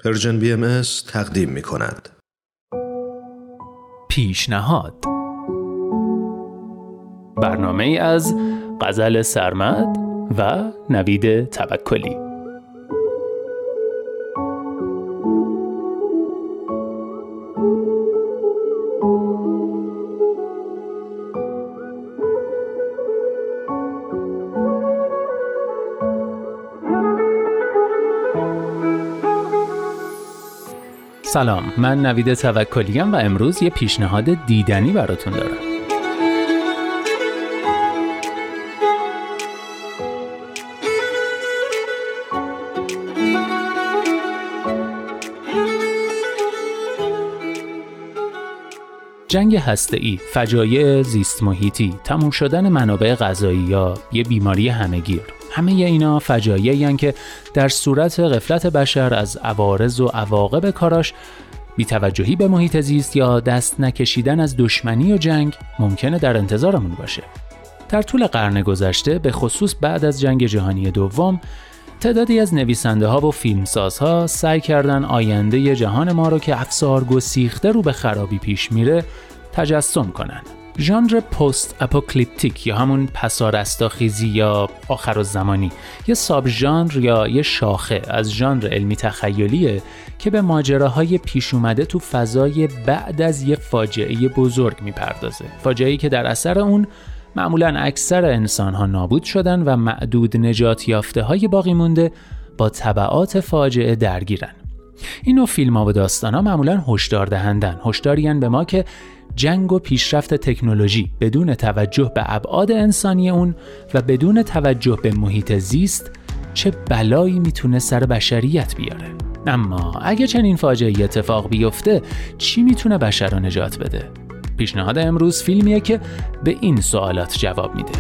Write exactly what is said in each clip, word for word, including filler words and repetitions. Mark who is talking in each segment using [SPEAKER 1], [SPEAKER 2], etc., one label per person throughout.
[SPEAKER 1] پرژن بی ام اس تقدیم می کند.
[SPEAKER 2] پیشنهاد، برنامه ای از غزل سرمد و نوید توکلی. سلام، من نوید توکلیم و امروز یه پیشنهاد دیدنی براتون دارم. جنگ هسته‌ای، فجایع زیست محیطی، تموم شدن منابع غذایی یا یه بیماری همه‌گیر، همه اینا فجایعی هستند که در صورت غفلت بشر از عوارض و عواقب کاراش، بی‌توجهی به محیط زیست یا دست نکشیدن از دشمنی و جنگ ممکنه در انتظارمون باشه. در طول قرن گذشته، به خصوص بعد از جنگ جهانی دوم، تعدادی از نویسنده‌ها و فیلمسازها سعی کردن آینده جهان ما رو که افسار گسیخته رو به خرابی پیش میره تجسم کنن. ژانر پست اپوکالیپتیک یا همون پسارستاخیزی یا آخرالزمانی یه ساب ژانر یا یه شاخه از ژانر علمی تخیلیه که به ماجراهای پیش اومده تو فضای بعد از یه فاجعه بزرگ میپردازه. فاجعه‌ای که در اثر اون معمولاً اکثر انسان‌ها نابود شدن و معدود نجات یافته‌های باقی مونده با تبعات فاجعه درگیرن. این نوع فیلم‌ها و داستان‌ها معمولاً هشدار دهندن، هشداریان به ما که جنگ و پیشرفت تکنولوژی بدون توجه به ابعاد انسانی اون و بدون توجه به محیط زیست چه بلایی میتونه سر بشریت بیاره. اما اگه چنین فاجعه‌ای اتفاق بیفته، چی میتونه بشر رو نجات بده؟ پیشنهاد امروز فیلمیه که به این سوالات جواب میده.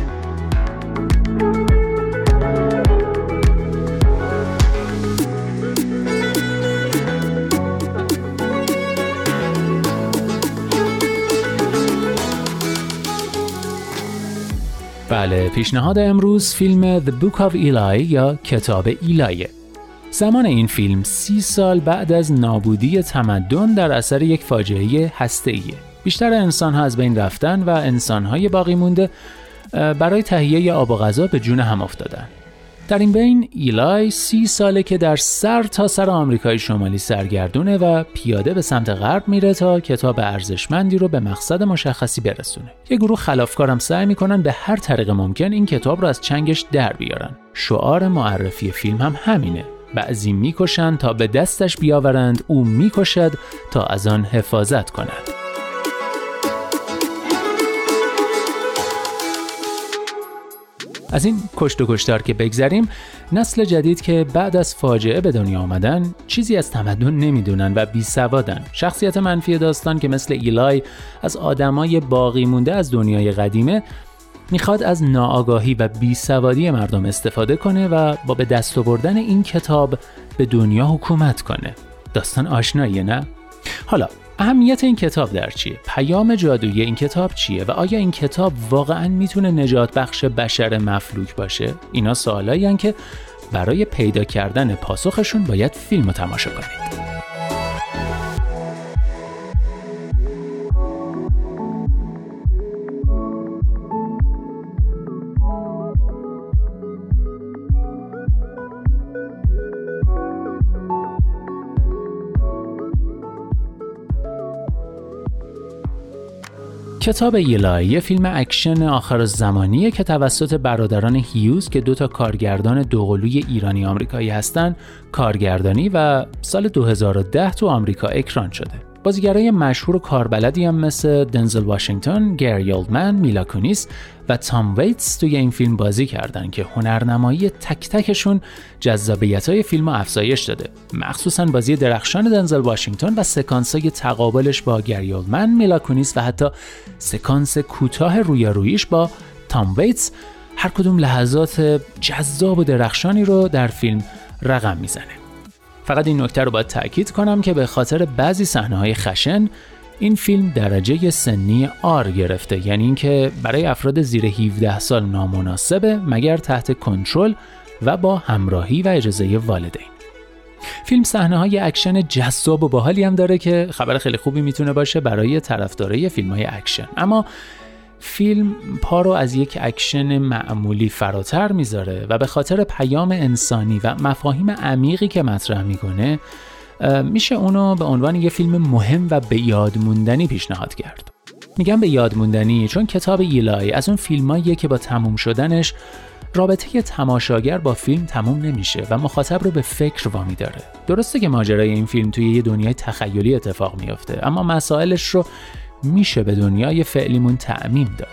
[SPEAKER 2] بله، پیشنهاد امروز فیلم The Book of Eli یا کتاب ایلایه. زمان این فیلم سی سال بعد از نابودی تمدن در اثر یک فاجعه هسته‌ایه. بیشتر انسان‌ها از بین رفتن و انسان‌های باقی مونده برای تهیه آب و غذا به جون هم افتادن. در این بین ایلای سی ساله که در سر تا سر آمریکای شمالی سرگردونه و پیاده به سمت غرب میره تا کتاب ارزشمندی رو به مقصد مشخصی برسونه. یه گروه خلافکارم سعی میکنن به هر طریق ممکن این کتاب رو از چنگش در بیارن. شعار معرفی فیلم هم همینه. بعضی میکشن تا به دستش بیاورند، او میکشد تا از آن حفاظت کند. از این کشت و کشتار که بگذریم، نسل جدید که بعد از فاجعه به دنیا آمدن چیزی از تمدن نمیدونن و بی سوادن. شخصیت منفی داستان که مثل ایلای از آدمای باقی مونده از دنیای قدیمه میخواد از ناآگاهی و بی سوادی مردم استفاده کنه و با به دست آوردن این کتاب به دنیا حکومت کنه. داستان آشناییه نه؟ حالا اهمیت این کتاب در چیه؟ پیام جادویی این کتاب چیه؟ و آیا این کتاب واقعاً میتونه نجات بخش بشر مفلوک باشه؟ اینا سوالایی هستند که برای پیدا کردن پاسخشون باید فیلم رو تماشا کنید. کتاب ایلای یه فیلم اکشن آخرالزمانیه که توسط برادران هیوز که دوتا کارگردان دوقلوی ایرانی آمریکایی هستن کارگردانی و سال دو هزار و ده تو آمریکا اکران شده. بازیگرای مشهور و کاربلدی هم مثل دنزل واشنگتن، گری اولدمن، میلا کونیس و تام ویتس توی این فیلم بازی کردن که هنرنمایی تک تکشون جذابیت‌های فیلم رو افزایش داده. مخصوصاً بازی درخشان دنزل واشنگتن و سکانس‌های تقابلش با گری اولدمن، میلا کونیس و حتی سکانس کوتاه رویاروییش با تام ویتس هر کدوم لحظات جذاب و درخشانی رو در فیلم رقم میزنه. فقط این نکته رو باید تأکید کنم که به خاطر بعضی صحنه‌های خشن این فیلم درجه سنی آر گرفته، یعنی اینکه برای افراد زیر هفده سال نامناسبه مگر تحت کنترل و با همراهی و اجازه والدین. فیلم صحنه‌های اکشن جذاب و باحالی هم داره که خبر خیلی خوبی میتونه باشه برای طرفدارای فیلم‌های اکشن. اما فیلم پا رو از یک اکشن معمولی فراتر میذاره و به خاطر پیام انسانی و مفاهیم عمیقی که مطرح میکنه میشه اونو به عنوان یه فیلم مهم و به یاد موندنی پیشنهاد کرد. میگم به یاد موندنی چون کتاب ایلای از اون فیلماییه که با تموم شدنش رابطه تماشاگر با فیلم تموم نمیشه و مخاطب رو به فکر وامی داره. درسته که ماجرای این فیلم توی یه دنیای تخیلی اتفاق میفته، اما مسائلش رو میشه به دنیای فعلیمون تعمیم داد.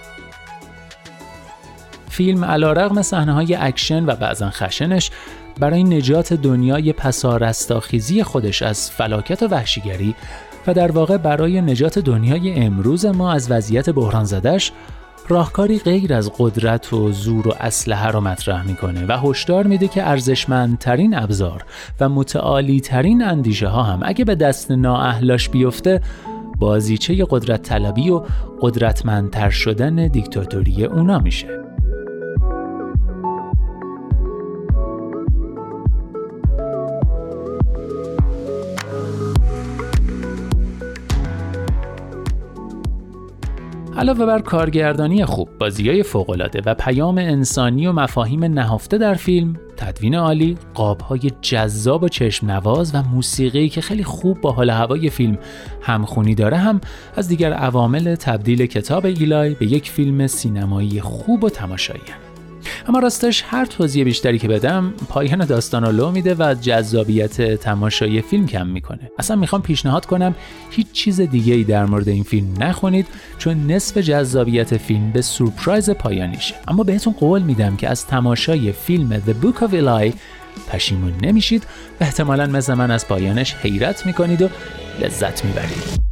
[SPEAKER 2] فیلم علیرغم صحنه‌های اکشن و بعضن خشنش برای نجات دنیای پسارستاخیزی خودش از فلاکت و وحشیگری و در واقع برای نجات دنیای امروز ما از وضعیت بحران زدش راهکاری غیر از قدرت و زور و اسلحه رو مطرح میکنه و هشدار میده که ارزشمندترین ابزار و متعالی‌ترین اندیشه ها هم اگه به دست نااهلاش بیفته بازیچه قدرت طلبی و قدرتمندتر شدن دیکتاتوری اونا میشه. علاوه بر کارگردانی خوب، بازی‌های فوق‌العاده و پیام انسانی و مفاهیم نهفته در فیلم، تدوین عالی، قاب‌های جذاب و چشم نواز و موسیقی که خیلی خوب با حال هوای فیلم همخونی داره هم از دیگر عوامل تبدیل کتاب ایلای به یک فیلم سینمایی خوب و تماشایی. اما راستش هر توضیح بیشتری که بدم پایان داستان رو لو میده و جذابیت تماشای فیلم کم میکنه. اصلا میخوام پیشنهاد کنم هیچ چیز دیگه ای در مورد این فیلم نخونید چون نصف جذابیت فیلم به سورپرایز پایانیشه. اما بهتون قول میدم که از تماشای فیلم The Book of Eli پشیمون نمیشید و احتمالاً مثل من از پایانش حیرت میکنید و لذت میبرید.